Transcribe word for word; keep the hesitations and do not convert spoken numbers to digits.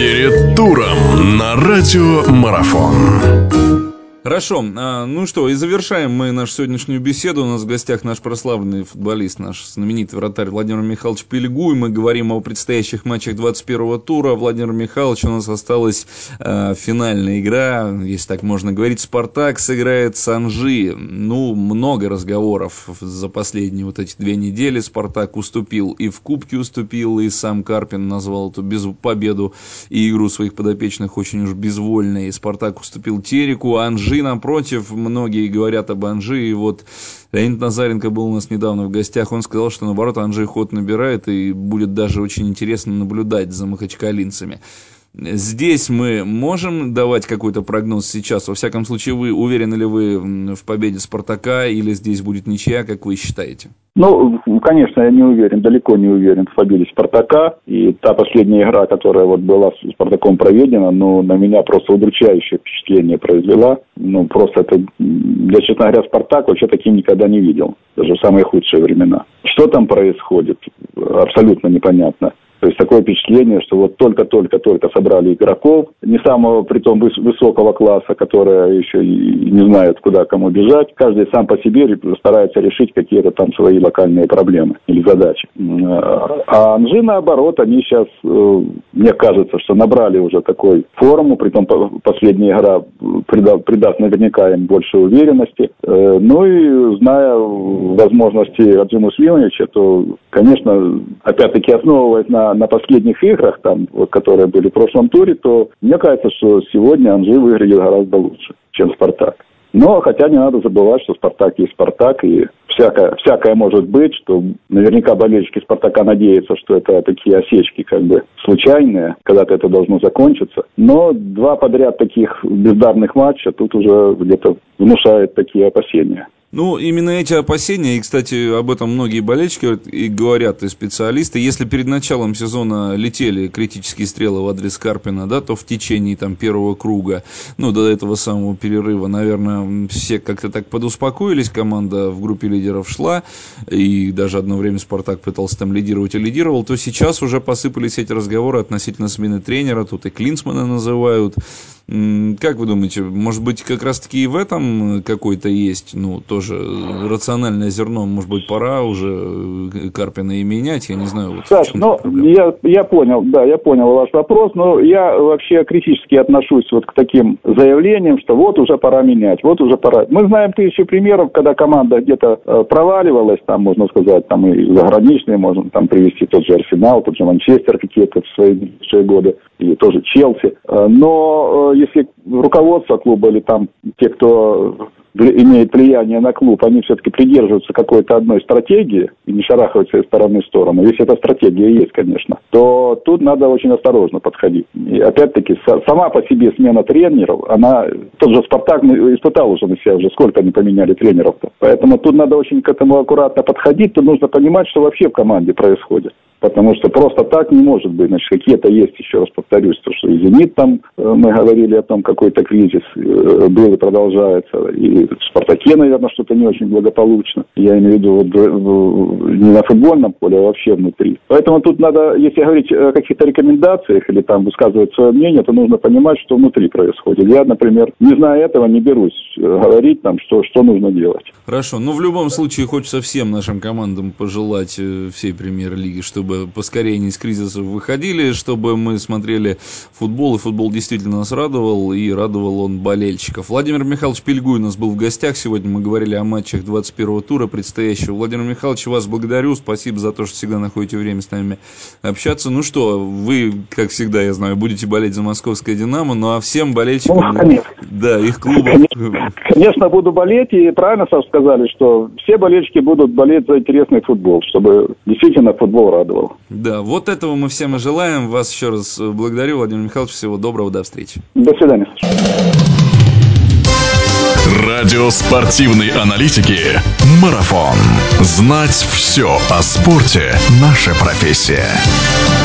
Перед туром на радио Марафон. Хорошо, ну что, и завершаем мы нашу сегодняшнюю беседу. У нас в гостях наш прославленный футболист, наш знаменитый вратарь Владимир Михайлович Пильгуй. Мы говорим о предстоящих матчах двадцать первого тура. Владимир Михайлович, у нас осталась э, финальная игра, если так можно говорить. «Спартак» сыграет с «Анжи». Ну, много разговоров за последние вот эти две недели. «Спартак» уступил и в Кубке уступил, и сам Карпин назвал эту без... победу и игру своих подопечных очень уж безвольной. «Спартак» уступил Тереку, а «Анжи» напротив, многие говорят об «Анжи», и вот Леонид Назаренко был у нас недавно в гостях, он сказал, что наоборот «Анжи» ход набирает, и будет даже очень интересно наблюдать за махачкалинцами. Здесь мы можем давать какой-то прогноз сейчас? Во всяком случае, вы уверены ли вы в победе «Спартака» или здесь будет ничья, как вы считаете? Ну, конечно, я не уверен, далеко не уверен в победе «Спартака». И та последняя игра, которая вот была с «Спартаком» проведена, ну, на меня просто удручающее впечатление произвела. Ну, просто это, я, честно говоря, «Спартак» вообще таким никогда не видел, даже в самые худшие времена. Что там происходит, абсолютно непонятно. То есть такое впечатление, что вот только-только-только собрали игроков, не самого притом высокого класса, которые еще и не знают, куда кому бежать. Каждый сам по себе старается решить какие-то там свои локальные проблемы или задачи. А «Анжи», наоборот, они сейчас, мне кажется, что набрали уже такой форму, притом последняя игра придаст наверняка им больше уверенности. Ну и зная возможности Радзима Усвиловича, то, конечно, опять-таки основываясь на на последних играх, там, вот, которые были в прошлом туре, то мне кажется, что сегодня «Анжи» выглядит гораздо лучше, чем «Спартак». Но, хотя не надо забывать, что «Спартак» есть «Спартак», и всякое, всякое может быть, что наверняка болельщики «Спартака» надеются, что это такие осечки как бы случайные, когда-то это должно закончиться. Но два подряд таких бездарных матча тут уже где-то внушают такие опасения. Ну, именно эти опасения, и, кстати, об этом многие болельщики и говорят, и специалисты, если перед началом сезона летели критические стрелы в адрес Карпина, да, то в течение там первого круга, ну, до этого самого перерыва, наверное, все как-то так подуспокоились, команда в группе лидеров шла, и даже одно время «Спартак» пытался там лидировать и лидировал, то сейчас уже посыпались эти разговоры относительно смены тренера, тут и Клинсмана называют. Как вы думаете, может быть, как раз-таки и в этом какой-то есть, ну, тоже рациональное зерно, может быть, пора уже Карпина и менять, я не знаю. Вот Саш, ну, я, я понял, да, я понял ваш вопрос, но я вообще критически отношусь вот к таким заявлениям, что вот уже пора менять, вот уже пора. Мы знаем тысячу примеров, когда команда где-то э, проваливалась, там, можно сказать, там и заграничные, можно там привести тот же Арсенал, тот же Манчестер какие-то в свои, в свои годы, или тоже Челси, э, но э, если руководство клуба или там те, кто имеет влияние на клуб, они все-таки придерживаются какой-то одной стратегии и не шарахаются из стороны в сторону, если эта стратегия есть, конечно, то тут надо очень осторожно подходить. И опять-таки, сама по себе смена тренеров, она, тот же «Спартак» испытал уже на себя, уже сколько они поменяли тренеров-то. Поэтому тут надо очень к этому аккуратно подходить, тут нужно понимать, что вообще в команде происходит. Потому что просто так не может быть. Значит, какие-то есть, еще раз повторюсь, то, что и «Зенит» там, мы говорили о том, какой-то кризис был и продолжается, и в «Спартаке», наверное, что-то не очень благополучно. Я имею в виду вот, не на футбольном поле, а вообще внутри. Поэтому тут надо, если говорить о каких-то рекомендациях или там высказывать свое мнение, то нужно понимать, что внутри происходит. Я, например, не зная этого, не берусь говорить там, что, что нужно делать. Хорошо. Ну, в любом случае, хочется всем нашим командам пожелать всей премьер-лиги, чтобы поскорее они из кризиса выходили, чтобы мы смотрели футбол, и футбол действительно нас радовал, и радовал он болельщиков. Владимир Михайлович Пильгуй у нас был в гостях. Сегодня мы говорили о матчах двадцать первого тура предстоящего. Владимир Михайлович, вас благодарю. Спасибо за то, что всегда находите время с нами общаться. Ну что, вы, как всегда, я знаю, будете болеть за московское «Динамо», ну а всем болельщикам, ну, да, их клубов... Конечно, конечно, буду болеть, и правильно, Саша, сказали, что все болельщики будут болеть за интересный футбол, чтобы действительно футбол радовал. Да, вот этого мы всем и желаем. Вас еще раз благодарю, Владимир Михайлович. Всего доброго, до встречи. До свидания. Радио спортивной аналитики «Марафон». Знать все о спорте – наша профессия.